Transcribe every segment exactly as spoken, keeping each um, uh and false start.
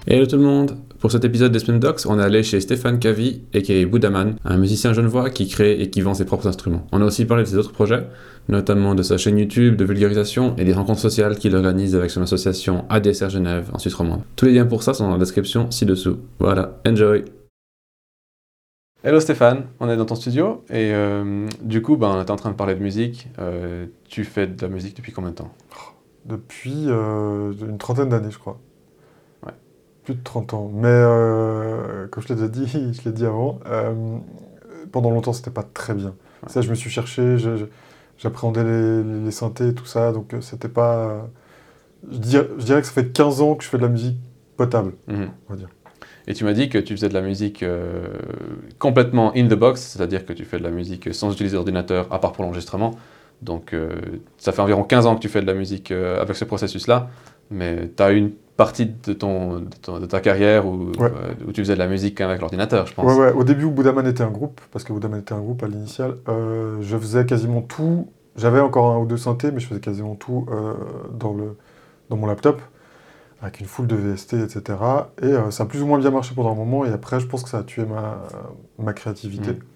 Hello tout le monde! Pour cet épisode des Spin Docs, on est allé chez Stéphane Cavi, aka Boudaman, un musicien genevois qui crée et qui vend ses propres instruments. On a aussi parlé de ses autres projets, notamment de sa chaîne YouTube, de vulgarisation et des rencontres sociales qu'il organise avec son association A D S R Genève en Suisse romande. Tous les liens pour ça sont dans la description ci-dessous. Voilà, enjoy! Hello Stéphane, on est dans ton studio et euh, du coup ben, on était en train de parler de musique. Euh, tu fais de la musique depuis combien de temps? Depuis euh, une trentaine d'années, je crois. Ouais. Plus de trente ans. Mais euh, comme je l'ai déjà dit, je l'ai dit avant, euh, pendant longtemps, c'était pas très bien. Ouais. Ça, je me suis cherché, je, je, j'appréhendais les, les, les synthés et tout ça, donc euh, c'était pas... Je dirais, je dirais que ça fait quinze ans que je fais de la musique potable, Mm-hmm. on va dire. Et tu m'as dit que tu faisais de la musique euh, complètement in the box, c'est-à-dire que tu fais de la musique sans utiliser d'ordinateur, à part pour l'enregistrement. Donc euh, ça fait environ quinze ans que tu fais de la musique euh, avec ce processus-là, mais tu as une partie de, ton, de, ton, de ta carrière où, Ouais. euh, où tu faisais de la musique avec l'ordinateur, je pense. Ouais, ouais. Au début, où Boudaman était un groupe, parce que Boudaman était un groupe à l'initiale, euh, je faisais quasiment tout. J'avais encore un ou deux synthés, mais je faisais quasiment tout euh, dans, le, dans mon laptop, avec une foule de V S T, et cetera. Et euh, ça a plus ou moins bien marché pendant un moment, et après, je pense que ça a tué ma, ma créativité. Mmh.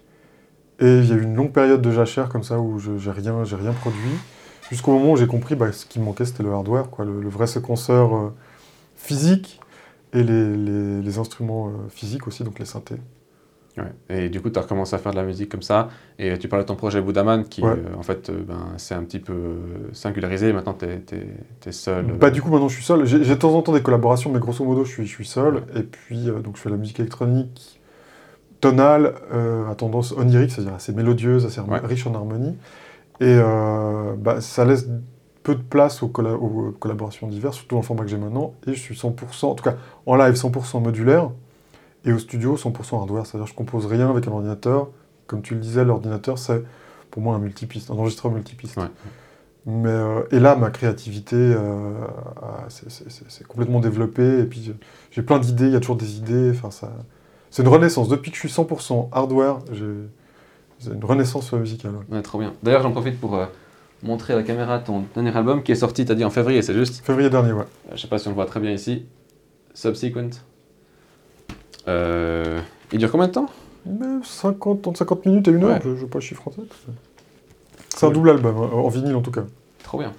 Et il y a eu une longue période de jachère comme ça, où je j'ai rien, j'ai rien produit, jusqu'au moment où j'ai compris bah, ce qui me manquait, c'était le hardware, quoi, le, le vrai séquenceur euh, physique, et les, les, les instruments euh, physiques aussi, donc les synthés. Ouais. Et du coup, tu as recommencé à faire de la musique comme ça, et tu parlais de ton projet Boudaman, qui Ouais. euh, en fait, euh, ben, c'est un petit peu singularisé, maintenant tu es seul. Bah du coup maintenant je suis seul, j'ai j'ai de temps en temps des collaborations, mais grosso modo je suis, je suis seul, Ouais. et puis euh, donc je fais de la musique électronique tonale, euh, à tendance onirique, c'est-à-dire assez mélodieuse, assez Ouais. riche en harmonie, et euh, bah, ça laisse peu de place aux, colla aux collaborations diverses, surtout dans le format que j'ai maintenant, et je suis cent pour cent, en tout cas en live cent pour cent modulaire, et au studio cent pour cent hardware, c'est-à-dire je compose rien avec un ordinateur, comme tu le disais, l'ordinateur c'est pour moi un multipiste, un enregistreur multipiste. Ouais. Mais, euh, et là, ma créativité euh, c'est complètement développée, et puis j'ai plein d'idées, il y a toujours des idées, enfin ça... C'est une renaissance, depuis que je suis cent pour cent hardware, j'ai une renaissance musicale. Ouais. Ouais, trop bien. D'ailleurs, j'en profite pour euh, montrer à la caméra ton dernier album qui est sorti, t'as dit en février, c'est juste? Février dernier, ouais. Euh, je sais pas si on le voit très bien ici. Subsequent. Euh, il dure combien de temps? Mais cinquante, cinquante minutes et une heure, Ouais. je n'ai pas le chiffre en tête. C'est un double album, en vinyle en tout cas. Trop bien.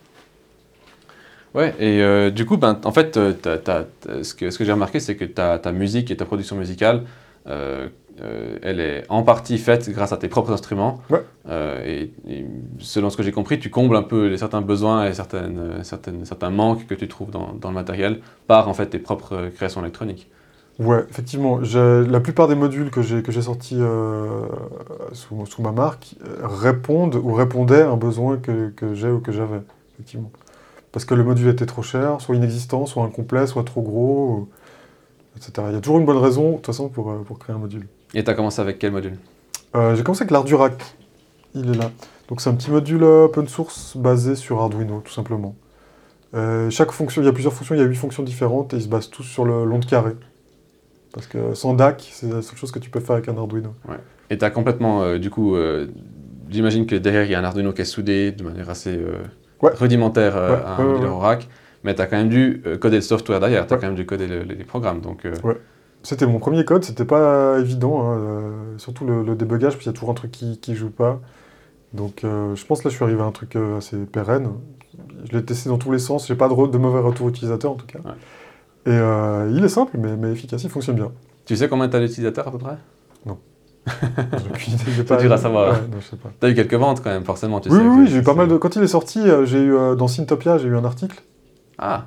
Ouais, et euh, du coup, ben, en fait, t'as, t'as, t'as, ce que, ce que j'ai remarqué, c'est que ta, ta musique et ta production musicale, euh, euh, elle est en partie faite grâce à tes propres instruments. Ouais. Euh, et, et selon ce que j'ai compris, tu combles un peu les, certains besoins et certaines, certaines, certains manques que tu trouves dans, dans le matériel par en fait tes propres créations électroniques. Ouais, effectivement. La plupart des modules que j'ai que j'ai sortis euh, sous, sous ma marque euh, répondent ou répondaient à un besoin que, que j'ai ou que j'avais, effectivement. Parce que le module était trop cher, soit inexistant, soit incomplet, soit trop gros, ou... et cetera. Il y a toujours une bonne raison, de toute façon, pour, pour créer un module. Et tu as commencé avec quel module? euh, J'ai commencé avec l'Ardurac. Il est là. Donc c'est un petit module open source basé sur Arduino, tout simplement. Euh, chaque fonction, il y a plusieurs fonctions, il y a huit fonctions différentes, et ils se basent tous sur le l'onde carrée. Parce que sans D A C, c'est la seule chose que tu peux faire avec un Arduino. Ouais. Et tu as complètement, euh, du coup, euh, j'imagine que derrière, il y a un Arduino qui est soudé de manière assez euh, ouais. rudimentaire euh, ouais, à un ouais, module ouais. au rack, mais tu as quand même dû euh, coder le software derrière, tu as ouais. quand même dû coder le, les programmes. Donc, euh... ouais. C'était mon premier code, c'était pas évident, hein, euh, surtout le, le débugage, parce qu'il y a toujours un truc qui, qui joue pas. Donc euh, je pense que là je suis arrivé à un truc euh, assez pérenne. Je l'ai testé dans tous les sens, j'ai pas de, re de mauvais retour utilisateur en tout cas. Ouais. Et euh, il est simple, mais, mais efficace, il fonctionne bien. Tu sais combien t'as d'utilisateurs à peu près? Non. J'ai aucune idée. C'est dur à savoir. Ouais, non, je sais pas. T'as eu quelques ventes quand même, forcément. Tu oui, sais oui, oui j'ai eu pas c'est... mal de... Quand il est sorti, euh, j'ai eu euh, dans Syntopia, j'ai eu un article. Ah.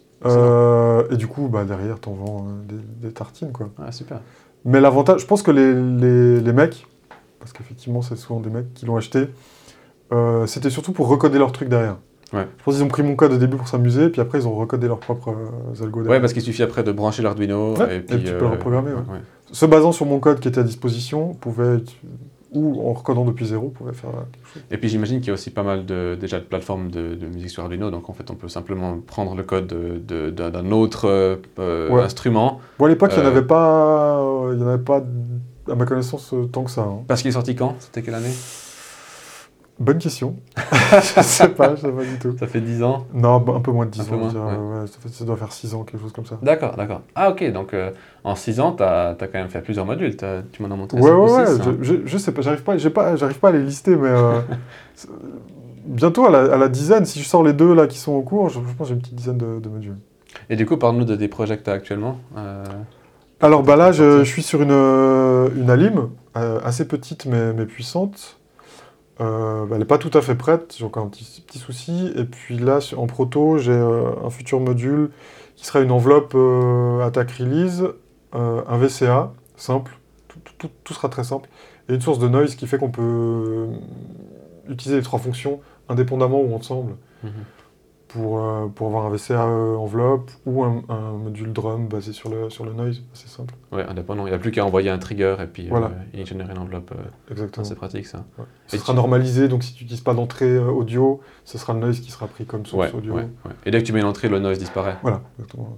Euh, et du coup, bah, derrière, t'en vends euh, des, des tartines, quoi. Ah, super. Mais l'avantage, je pense que les, les, les mecs, parce qu'effectivement, c'est souvent des mecs qui l'ont acheté, euh, c'était surtout pour recoder leur truc derrière. Ouais. Je pense qu'ils ont pris mon code au début pour s'amuser, puis après ils ont recodé leurs propres euh, algos derrière. Ouais, parce qu'il suffit après de brancher l'Arduino ouais, et puis... et puis tu euh, peux le reprogrammer, ouais. ouais. Se basant sur mon code qui était à disposition, pouvait être... ou en recodant depuis zéro, pouvait faire quelque chose. Et puis j'imagine qu'il y a aussi pas mal de, déjà de plateformes de, de musique sur Arduino, donc en fait on peut simplement prendre le code de, de, d'un autre euh, ouais. instrument. Bon, à l'époque, euh... il n'y en avait pas, il y en avait pas, à ma connaissance, tant que ça. Hein. Parce qu'il est sorti quand? C'était quelle année? Bonne question. Je sais pas, je sais pas du tout. Ça fait dix ans? Non, bah, un peu moins de dix Un ans. peu moins, je dirais, ouais. ouais, ça, fait- ça doit faire six ans, quelque chose comme ça. D'accord, d'accord. Ah ok, donc euh, en six ans, tu as quand même fait plusieurs modules. T'as- tu m'en as montré Ouais, cinq ou ouais, ouais. six, hein. Je, je, je sais pas, j'arrive pas, j'ai pas, j'arrive pas à les lister, mais euh, c'est- bientôt à la, à la dizaine, si je sors les deux là qui sont en cours, je, je pense que j'ai une petite dizaine de, de modules. Et du coup, parle-nous de tes projets que tu as actuellement. Euh, Alors bah là, je, sortir. je suis sur une, euh, une Alim, euh, assez petite mais, mais puissante. Euh, bah, elle n'est pas tout à fait prête, j'ai encore un petit, petit souci. Et puis là, sur- en proto, j'ai euh, un futur module qui sera une enveloppe euh, attack release, euh, un V C A simple, tout, tout- tout- tout sera très simple, et une source de noise qui fait qu'on peut euh, utiliser les trois fonctions indépendamment ou ensemble Mhm. pour, euh, pour avoir un V C A euh, enveloppe ou un, un module drum basé sur le, sur le noise, c'est simple. Ouais, indépendant. Il n'y a plus qu'à envoyer un trigger et puis Voilà. euh, il génère une enveloppe. euh, Exactement. c'est pratique ça. Ouais. Ce Et sera tu- normalisé, donc si tu n'utilises pas d'entrée euh, audio, ce sera le noise qui sera pris comme source Ouais, audio. ouais, ouais. Et dès que tu mets une entrée, le noise disparaît. Voilà, exactement.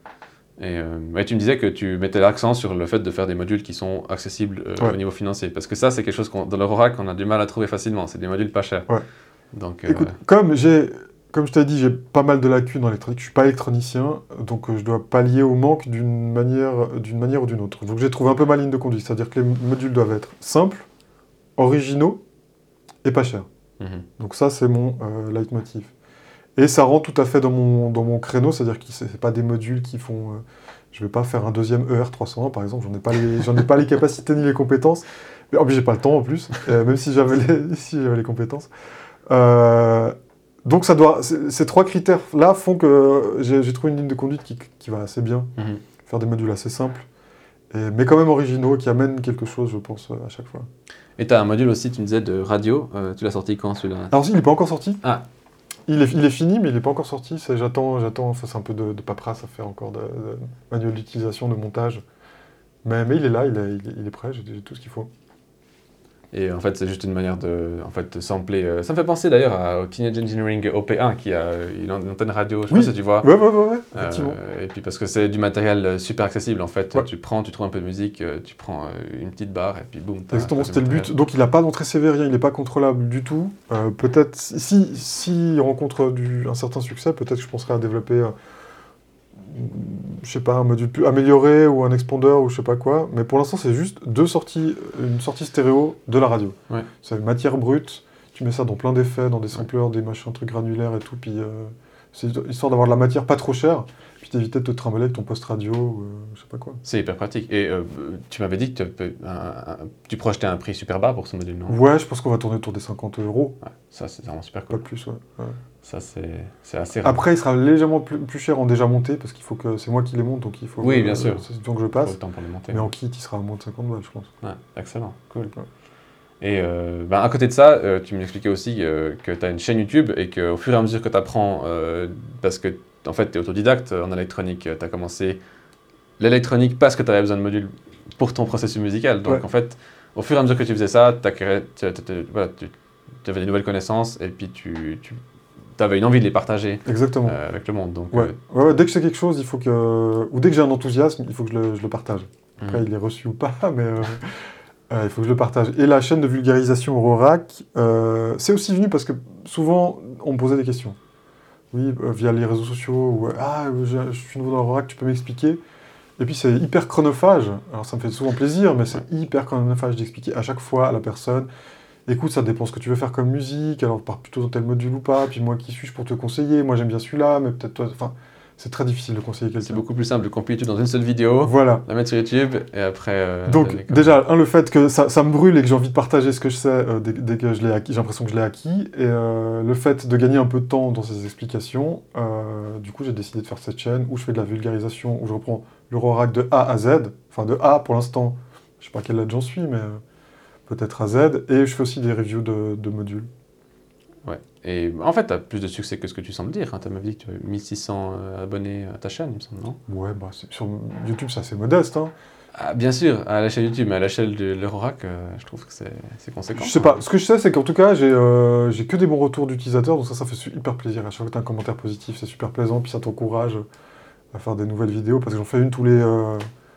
Et euh, ouais, tu me disais que tu mettais l'accent sur le fait de faire des modules qui sont accessibles euh, Ouais. au niveau financier. Parce que ça, c'est quelque chose qu'on, dans l'Eurorack, on a du mal à trouver facilement. C'est des modules pas chers. Ouais. Donc, euh, Écoute, comme j'ai, comme je t'ai dit, j'ai pas mal de lacunes dans l'électronique, je suis pas électronicien, donc euh, je dois pallier au manque d'une manière, d'une manière ou d'une autre. Donc j'ai trouvé un peu ma ligne de conduite, c'est-à-dire que les modules doivent être simples, originaux et pas chers. mhm. Donc ça, c'est mon euh, leitmotiv. Et ça rentre tout à fait dans mon, dans mon créneau, c'est-à-dire que ce pas des modules qui font... Euh, je vais pas faire un deuxième E R trois cent un, par exemple, j'en ai pas les, j'en ai pas les capacités ni les compétences. Mais en plus, j'ai pas le temps, en plus, euh, même si j'avais les, si j'avais les compétences. Euh, donc ça doit... c- Ces trois critères-là font que j'ai j'ai trouvé une ligne de conduite qui, qui va assez bien. Mhm. Faire des modules assez simples, et, mais quand même originaux, qui amènent quelque chose, je pense, à chaque fois. Et tu as un module aussi, tu me disais, de radio. Euh, tu l'as sorti quand celui-là? Alors si, il n'est pas encore sorti. Ah. Il est, il est fini, mais il n'est pas encore sorti. C'est- J'attends, j'attends. Ça, c'est un peu de, de paperasse à faire encore, de, de manuel d'utilisation, de montage. Mais, mais il est là, il est, il est, il est prêt, j'ai j'ai tout ce qu'il faut. Et en fait, c'est juste une manière de, en fait, de sampler. euh, Ça me fait penser d'ailleurs à- au Teenage Engineering O P un qui a euh, une an- une antenne radio, je sais Oui. pas si tu vois. Ouais, ouais, ouais, ouais, Euh, effectivement. et puis parce que c'est du matériel euh, super accessible en fait. Ouais. Tu prends, tu trouves un peu de musique, euh, tu prends euh, une petite barre et puis boum. t'as- Exactement, t'as du c'était le but. matériel. Donc il n'a pas d'entrée C V, rien, il n'est pas contrôlable du tout. Euh, peut-être, si, si il rencontre du, un certain succès, peut-être que je penserais à développer, euh, je sais pas, un module plus amélioré ou un expandeur ou je sais pas quoi. Mais pour l'instant, c'est juste deux sorties, une sortie stéréo de la radio. Ouais. C'est une matière brute, tu mets ça dans plein d'effets, dans des sampleurs, des machins, trucs granulaires et tout, puis euh, c'est histoire d'avoir de la matière pas trop chère, puis d'éviter de te trimballer avec ton post radio, ou, euh, je sais pas quoi. C'est hyper pratique. Et euh, tu m'avais dit que tu, peux- un- un- tu projetais un prix super bas pour ce module, non? Ouais, je pense qu'on va tourner autour des cinquante euros, Ouais, ça, c'est vraiment super pas cool. plus, ouais. ouais. Ça, c'est c'est assez rare. Après, il sera légèrement plus, plus cher en déjà monté, parce qu'il faut que c'est moi qui les monte, donc il faut Oui, que, bien sûr. c'est du temps que je Faut passe. le temps pour le monter. Mais en kit, il sera à moins de cinquante balles, je pense. Ouais, excellent, cool. Ouais. Et euh, ben, à côté de ça, euh, tu m'expliquais aussi euh, que tu as une chaîne YouTube et qu'au fur et à mesure que tu apprends, euh, parce que en fait, tu es autodidacte en électronique, tu as commencé l'électronique parce que tu avais besoin de modules pour ton processus musical. Donc Ouais. en fait, au fur et à mesure que tu faisais ça, t'acquérais- tu voilà, tu avais des nouvelles connaissances et puis tu, tu avais une envie de les partager Exactement. euh, avec le monde. Donc, Ouais. euh, Ouais, ouais, dès que c'est quelque chose, il faut que... Ou dès que j'ai un enthousiasme, il faut que je le, je le partage. Après, mm. il est reçu ou pas, mais euh, euh, il faut que je le partage. Et la chaîne de vulgarisation Eurorack, euh, c'est aussi venu parce que souvent, on me posait des questions. Oui, euh, via les réseaux sociaux, ou euh, ah, je, je suis nouveau dans Eurorack, tu peux m'expliquer? Et puis c'est hyper chronophage. Alors ça me fait souvent plaisir, mais c'est hyper chronophage d'expliquer à chaque fois à la personne. Écoute, ça dépend ce que tu veux faire comme musique, alors pars plutôt dans tel module ou pas, puis moi qui suis-je pour te conseiller? Moi j'aime bien celui-là, mais peut-être toi... Enfin, c'est très difficile de conseiller C'est quelqu'un. beaucoup plus simple de compiler tout dans une seule vidéo, Voilà. la mettre sur YouTube et après. euh, Donc, donner comme- déjà, un, le fait que ça, ça me brûle et que j'ai envie de partager ce que je sais euh, dès, dès que je l'ai acquis, j'ai l'impression que je l'ai acquis. Et euh, le fait de gagner un peu de temps dans ces explications, euh, du coup, j'ai décidé de faire cette chaîne où je fais de la vulgarisation, où je reprends l'Eurorack de A à Z, enfin de A pour l'instant, je sais pas quelle lettre j'en suis, mais euh, peut-être à Z, et je fais aussi des reviews de, de modules. Ouais. Et en fait, tu as plus de succès que ce que tu sembles dire. Hein. Tu m'avais dit que tu avais mille six cents euh, abonnés à ta chaîne, il me semble, non? Ouais, bah, c'est- sur YouTube, c'est assez modeste. Hein. Ah, bien sûr, à l'échelle YouTube, mais à l'échelle de l'Eurorack, euh, je trouve que c'est c'est conséquent. Je sais pas, ce que je sais, c'est qu'en tout cas, j'ai euh, j'ai que des bons retours d'utilisateurs, donc ça, ça fait su- hyper plaisir. À chaque fois que tu as un commentaire positif, c'est super plaisant, puis ça t'encourage à faire des nouvelles vidéos, parce que j'en fais une tous les... euh,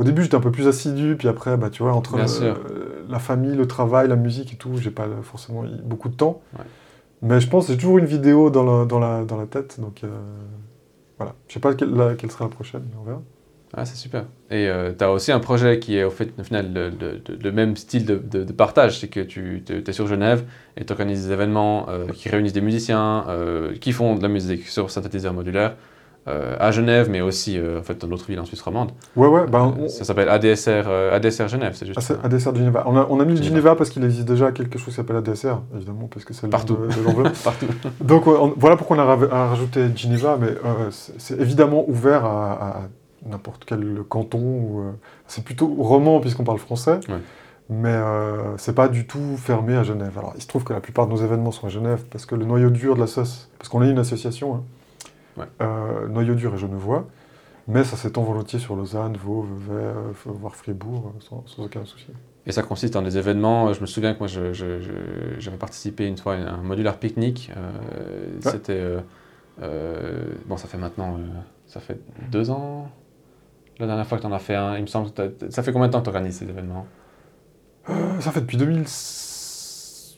au début, j'étais un peu plus assidu, puis après, bah, tu vois, entre Bien le- sûr. la famille, le travail, la musique et tout, j'ai pas forcément eu beaucoup de temps. Ouais. Mais je pense que j'ai toujours une vidéo dans la, dans la, dans la tête, donc euh, voilà. Je sais pas quelle, la- quelle sera la prochaine, mais on verra. Ah, c'est super. Et tu as aussi un projet qui est au, fait, au final le, le- le- le même style de, de- de partage, c'est que tu es sur Genève et tu organises des événements euh, qui réunissent des musiciens euh, qui font de la musique sur synthétiseur modulaire euh, à Genève, mais aussi euh, en fait, dans d'autres villes en Suisse romande. Ouais, ouais, ben, Euh, on- ça s'appelle A D S R, euh, A D S R Genève, c'est juste ah, c'est ça. A D S R Geneva. On a, on a mis le Geneva. Geneva parce qu'il existe déjà quelque chose qui s'appelle A D S R, évidemment, parce que c'est le nom Partout. de, de l'enveloppe. Partout. Donc ouais, on- voilà pourquoi on a, ra- a rajouté Geneva, mais euh, c'est c'est évidemment ouvert à, à n'importe quel canton. Ou, euh, c'est plutôt roman puisqu'on parle français, Ouais. mais euh, c'est pas du tout fermé à Genève. Alors il se trouve que la plupart de nos événements sont à Genève parce que le noyau dur de la S O S, parce qu'on est une association, hein, Ouais. euh, noyau dur est genevois, mais ça s'étend volontiers sur Lausanne, Vaud, Vevey, euh, voire Fribourg, euh, sans, sans aucun souci. Et ça consiste en des événements. Je me souviens que moi, je- je- je- j'avais participé une fois à un modular pique-nique. Euh, Ouais. C'était. euh, euh, bon, ça fait maintenant. euh, ça fait deux ans. La dernière fois que tu en as fait un, il me semble. que t'as- Ça fait combien de temps que tu organises ces événements? Euh, ça fait depuis deux mille seize.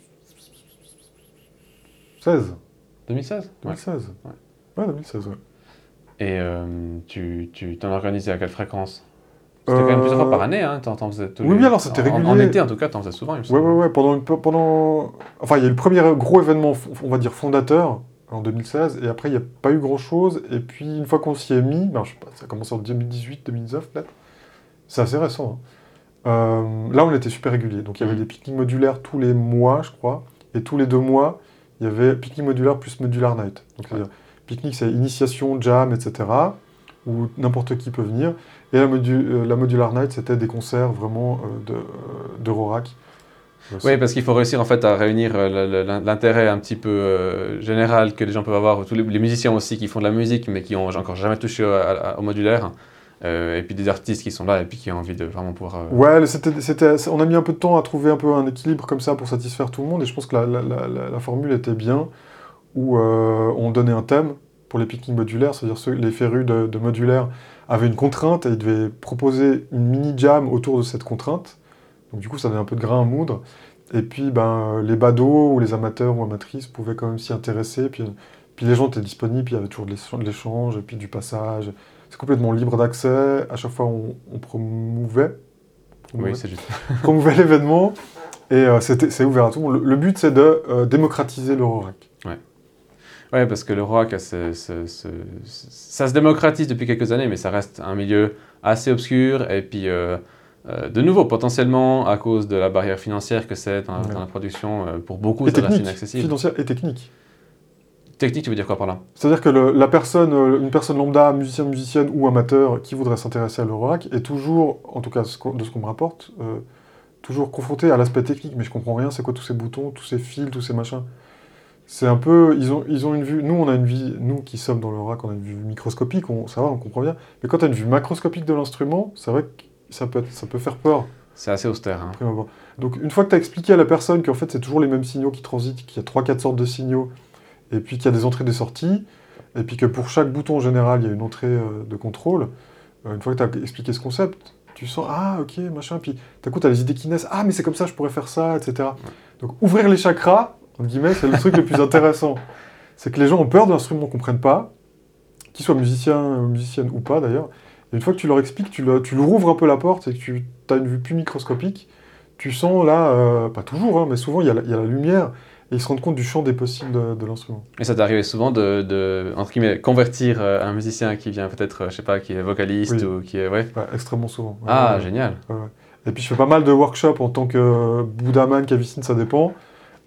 deux mille seize? deux mille seize. Ouais. Ouais, deux mille seize, ouais. Et euh, tu tu t'en organisais à quelle fréquence? C'était quand même plusieurs fois par année, hein? T'en, t'en faisais tous Oui, les- oui, alors c'était en- régulier. En, été, en tout cas, t'en faisais souvent, il me Ouais, semble. ouais, ouais. Pendant, une- pendant... Enfin, il y a eu le premier gros événement, on va dire, fondateur, en deux mille seize, et après, il n'y a pas eu grand-chose. Et puis, une fois qu'on s'y est mis, ben, je sais pas, ça a commencé en deux mille dix-huit, deux mille dix-neuf, peut-être. C'est assez récent, hein. Euh, là, on était super régulier. Donc, il y avait Mhm. des pique-niques modulaires tous les mois, je crois. Et tous les deux mois, il y avait pique-nique modulaire plus modular night. Donc, c'est-à-dire, pique-nique, c'est initiation, jam, et cetera. Où n'importe qui peut venir. Et la, modu- euh, la modular night, c'était des concerts vraiment euh, de, euh, d'Eurorack. Oui, parce qu'il faut réussir en fait à réunir euh, le- le- l'intérêt un petit peu euh, général que les gens peuvent avoir, tous les, les musiciens aussi qui font de la musique mais qui ont encore jamais touché à- à- au modulaire, euh, et puis des artistes qui sont là et puis qui ont envie de vraiment pouvoir. euh, Ouais, c'était, c'était, on a mis un peu de temps à trouver un peu un équilibre comme ça pour satisfaire tout le monde, et je pense que la, la- la- la- la formule était bien, où euh, on donnait un thème pour les pique-niques modulaires, c'est-à-dire ceux, les férus de, de modulaire avaient une contrainte et ils devaient proposer une mini-jam autour de cette contrainte. Donc du coup, ça donnait un peu de grain à moudre. Et puis, ben, les badauds ou les amateurs ou amatrices pouvaient quand même s'y intéresser. Puis, puis les gens étaient disponibles, puis il y avait toujours de l'échange- de l'échange, et puis du passage. C'est complètement libre d'accès. À chaque fois, on, on promouvait, Oui, c'est juste. promouvait l'événement. Et euh, c'était, c'est ouvert à tout le monde. Le, le but, c'est de euh, démocratiser l'Eurorack. Ouais, parce que le rock, c'est- c'est- c'est- ça se démocratise depuis quelques années, mais ça reste un milieu assez obscur. Et puis, euh, euh, de nouveau, potentiellement, à cause de la barrière financière que c'est dans, Ouais. dans la production, euh, pour beaucoup, Et ça reste technique, inaccessible. financière et technique. Technique, tu veux dire quoi par là? C'est-à-dire que le- la personne, euh, une personne lambda, musicien, musicienne ou amateur qui voudrait s'intéresser à l'Eurorack est toujours, en tout cas ce qu'on- de ce qu'on me rapporte, euh, toujours confronté à l'aspect technique. Mais je comprends rien, c'est quoi tous ces boutons, tous ces fils, tous ces machins. C'est un peu, ils ont, ils ont une vue, nous on a une vue, nous qui sommes dans l'Eurorack, on a une vue microscopique, on, ça va, on comprend bien. Mais quand tu as une vue macroscopique de l'instrument, c'est vrai que ça peut, être- ça peut faire peur. C'est assez austère. Hein. Prime abord. Donc une fois que tu as expliqué à la personne qu'en fait c'est toujours les mêmes signaux qui transitent, qu'il y a trois quatre sortes de signaux, et puis qu'il y a des entrées et des sorties, et puis que pour chaque bouton en général il y a une entrée euh, de contrôle, euh, une fois que tu as expliqué ce concept, tu sens ah ok machin, puis d'un coup tu as les idées qui naissent, ah mais c'est comme ça je pourrais faire ça, et cetera. Donc ouvrir les chakras, entre guillemets, c'est le truc le plus intéressant. C'est que les gens ont peur de l'instrument, ne comprennent pas, qu'ils soient musiciens, musiciennes ou pas d'ailleurs. Et une fois que tu leur expliques, tu, le, tu leur ouvres un peu la porte et que tu as une vue plus microscopique, tu sens là, euh, pas toujours, hein, mais souvent il y, a la- il y a la lumière et ils se rendent compte du champ des possibles de, de l'instrument. Et ça t'est arrivé souvent de, de entre guillemets, convertir euh, un musicien qui vient peut-être, euh, je sais pas, qui est vocaliste Oui. ou qui est. Ouais. Ouais, extrêmement souvent. Ouais, Ah, ouais, génial. ouais, ouais. Et puis je fais pas mal de workshops en tant que euh, Boudaman, cavicine, ça dépend.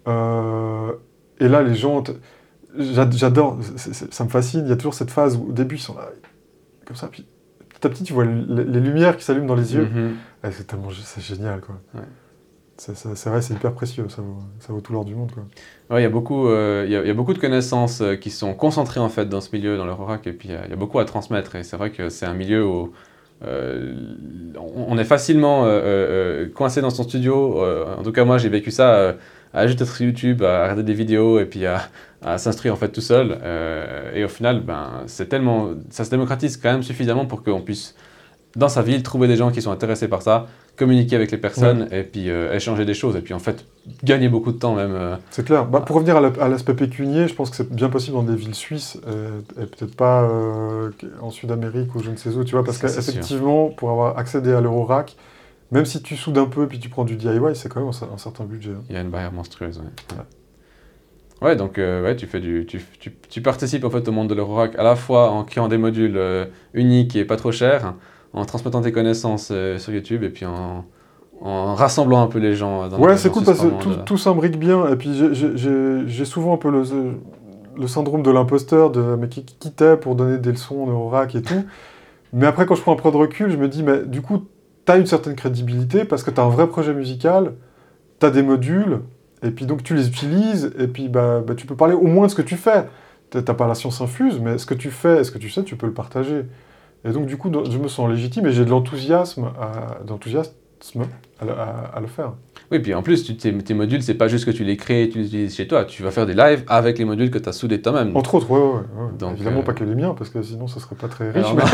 Euh, et là, les gens, t- j'a- j'adore, c'est- c'est- ça me fascine. Il y a toujours cette phase où au début ils sont là, comme ça, puis petit à petit tu vois les, les lumières qui s'allument dans les yeux. Mhm. Et c'est tellement, gé- c'est génial quoi. Ouais. C'est, c'est- c'est vrai, c'est hyper précieux, ça vaut, ça vaut tout l'or du monde quoi. Ouais, il y a beaucoup, euh, il y a- il y a beaucoup de connaissances euh, qui sont concentrées en fait dans ce milieu, dans l'Eurorack, et puis il y, a- il y a beaucoup à transmettre. Et c'est vrai que c'est un milieu où euh, on, on est facilement euh, euh, coincé dans son studio. Euh, en tout cas, moi, j'ai vécu ça euh, à juste être sur YouTube, à regarder des vidéos et puis à, à s'instruire en fait tout seul. Euh, et au final, ben, c'est tellement, ça se démocratise quand même suffisamment pour qu'on puisse dans sa ville, trouver des gens qui sont intéressés par ça, communiquer avec les personnes ouais. et puis euh, échanger des choses. Et puis en fait, gagner beaucoup de temps même. Euh... C'est clair. Bah, pour revenir à l'aspect pécunier, je pense que c'est bien possible dans des villes suisses euh, et peut-être pas euh, en Sud-Amérique ou je ne sais où, tu vois, parce qu'effectivement, pour avoir accédé à l'Eurorack, même si tu soudes un peu et puis tu prends du D I Y, c'est quand même un, un certain budget. Hein. Il y a une barrière monstrueuse, ouais. Ouais, ouais donc euh, ouais, tu, fais du, tu, tu, tu participes en fait au monde de l'Eurorack à la fois en créant des modules euh, uniques et pas trop chers, en transmettant tes connaissances euh, sur YouTube et puis en, en rassemblant un peu les gens. Dans ouais, c'est cool parce que tout, de... tout s'imbrique bien. Et puis j'ai souvent un peu le, le syndrome de l'imposteur, de mais qui quittait pour donner des leçons en Eurorack et tout. Mais après, quand je prends un peu de recul, je me dis, mais du coup, tu as une certaine crédibilité parce que tu as un vrai projet musical, tu as des modules, et puis donc tu les utilises, et puis bah, bah, tu peux parler au moins de ce que tu fais. Tu n'as pas la science infuse, mais ce que tu fais, ce que tu sais, tu peux le partager. Et donc, du coup, je me sens légitime et j'ai de l'enthousiasme à, d'enthousiasme à, à, à le faire. Oui, puis en plus, tu, tes, tes modules, c'est pas juste que tu les crées et tu les utilises chez toi. Tu vas faire des lives avec les modules que tu as soudés toi-même. Entre autres, ouais, ouais. ouais. Donc, évidemment, euh... pas que les miens, parce que sinon, ça serait pas très riche. Mais...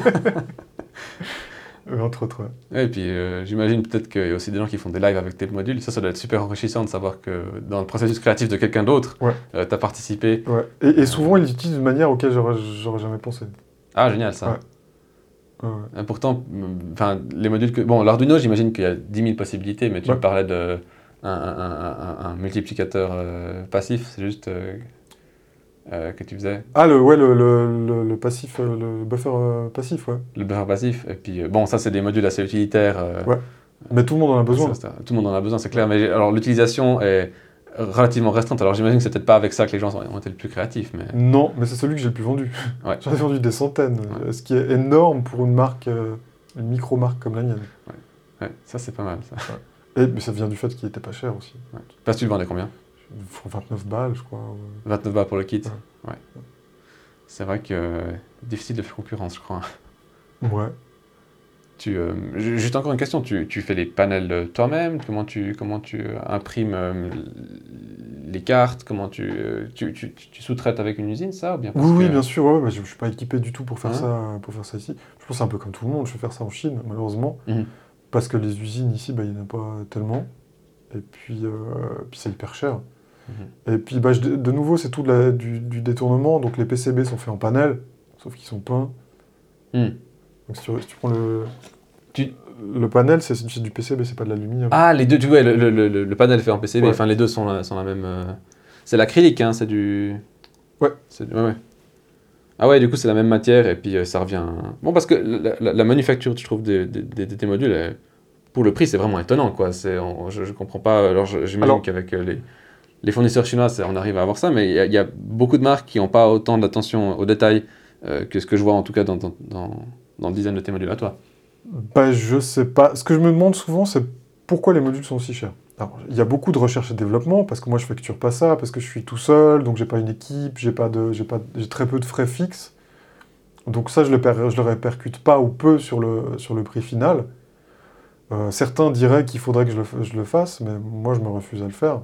euh, entre autres, ouais. Et puis, euh, j'imagine peut-être qu'il y a aussi des gens qui font des lives avec tes modules. Ça, ça doit être super enrichissant de savoir que dans le processus créatif de quelqu'un d'autre, ouais. euh, tu as participé. Ouais. Et, et souvent, ils l'utilisent d'une manière auquel j'aurais jamais pensé. Ah, génial, ça. Ouais. Ouais. Pourtant, enfin, les modules que... Bon, l'Arduino, j'imagine qu'il y a dix mille possibilités, mais tu ouais. me parlais d'un un, un, un, un multiplicateur euh, passif, c'est juste euh, euh, que tu faisais. Ah, le, ouais, le, le, le, le passif, le buffer euh, passif, ouais. Le buffer passif, et puis, euh, bon, ça, c'est des modules assez utilitaires. Euh, ouais, mais tout le monde en a besoin. Ça, tout le monde en a besoin, c'est clair, mais alors, l'utilisation est relativement restreinte, alors j'imagine que c'est peut-être pas avec ça que les gens ont été le plus créatifs, mais... Non, mais c'est celui que j'ai le plus vendu. Ouais. J'en ai vendu des centaines, ouais. Ce qui est énorme pour une marque, euh, une micro-marque comme la mienne. Ouais, ouais. Ça c'est pas mal, ça. Ouais. Et mais ça vient du fait qu'il était pas cher aussi. Ouais. Parce que tu le vendais combien? vingt-neuf balles, je crois. Ouais. vingt-neuf balles pour le kit. Ouais. Ouais. C'est vrai que euh, difficile de faire concurrence, je crois. Ouais. Tu, euh, juste encore une question, tu, tu fais les panels toi-même? Comment tu, comment tu imprimes euh, les cartes? Comment tu, euh, tu, tu, tu sous-traites avec une usine, ça ou bien Oui, que... oui, bien sûr. Ouais, bah, je ne suis pas équipé du tout pour faire, hein? ça, pour faire ça ici. Je pense que c'est un peu comme tout le monde. Je vais faire ça en Chine, malheureusement. Mm-hmm. Parce que les usines ici, bah, il n'y en a pas tellement. Et puis, euh, puis c'est hyper cher. Mm-hmm. Et puis, bah, je, de nouveau, c'est tout de la, du, du détournement. Donc, les P C B sont faits en panel, sauf qu'ils sont peints. Mm. Donc, si tu, si tu prends le... Tu... Le panel, c'est du P C B, c'est pas de l'aluminium. Ah, les deux, tu vois, le, le, le, le panel fait en P C B, ouais. Enfin, les deux sont la, sont la même... Euh... C'est l'acrylique, hein, c'est du... Ouais. Du... ouais, ouais. Ah ouais, du coup, c'est la même matière, et puis euh, ça revient... Bon, parce que la, la, la manufacture, je trouve, des, des, des, des modules, elle... pour le prix, c'est vraiment étonnant, quoi. On, je, je comprends pas... Alors, j'imagine qu'avec euh, les, les fournisseurs chinois, on arrive à avoir ça, mais il y, y a beaucoup de marques qui n'ont pas autant d'attention aux détails euh, que ce que je vois, en tout cas, dans, dans, dans, dans le design de tes modules à toi. Bah, je sais pas. Ce que je me demande souvent, c'est pourquoi les modules sont si chers. Alors, il y a beaucoup de recherche et développement, parce que moi, je facture pas ça, parce que je suis tout seul, donc j'ai pas une équipe, j'ai pas de, j'ai pas, j'ai très peu de frais fixes. Donc ça, je le, per, je le répercute pas ou peu sur le, sur le prix final. Euh, certains diraient qu'il faudrait que je le, je le fasse, mais moi, je me refuse à le faire.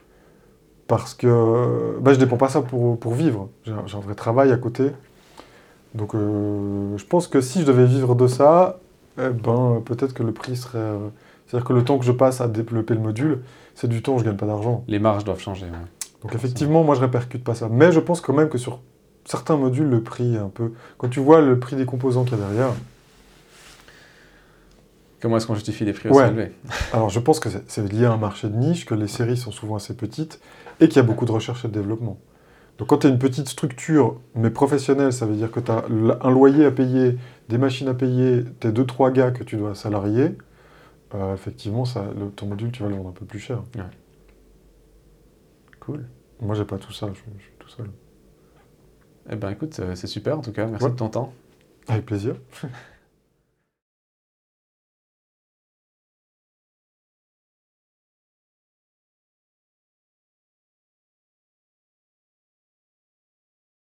Parce que bah, je dépends pas ça pour, pour vivre. J'ai un, j'ai un vrai travail à côté. Donc euh, je pense que si je devais vivre de ça, eh ben, peut-être que le prix serait... Euh, c'est-à-dire que le temps que je passe à développer le module, c'est du temps où je ne gagne pas d'argent. Les marges doivent changer. Ouais. Donc effectivement, moi, je ne répercute pas ça. Mais je pense quand même que sur certains modules, le prix est un peu... Quand tu vois le prix des composants qu'il y a derrière... Comment est-ce qu'on justifie des prix aussi élevés ? Alors je pense que c'est, c'est lié à un marché de niche, que les séries sont souvent assez petites, et qu'il y a beaucoup de recherche et de développement. Donc quand tu as une petite structure, mais professionnelle, ça veut dire que tu as un loyer à payer, des machines à payer, tes deux trois gars que tu dois salarier, euh, effectivement, ça, le, ton module, tu vas le vendre un peu plus cher. Ouais. Cool. Moi, j'ai pas tout ça, je, je suis tout seul. Eh ben écoute, c'est super en tout cas, merci ouais. de ton temps. Avec plaisir.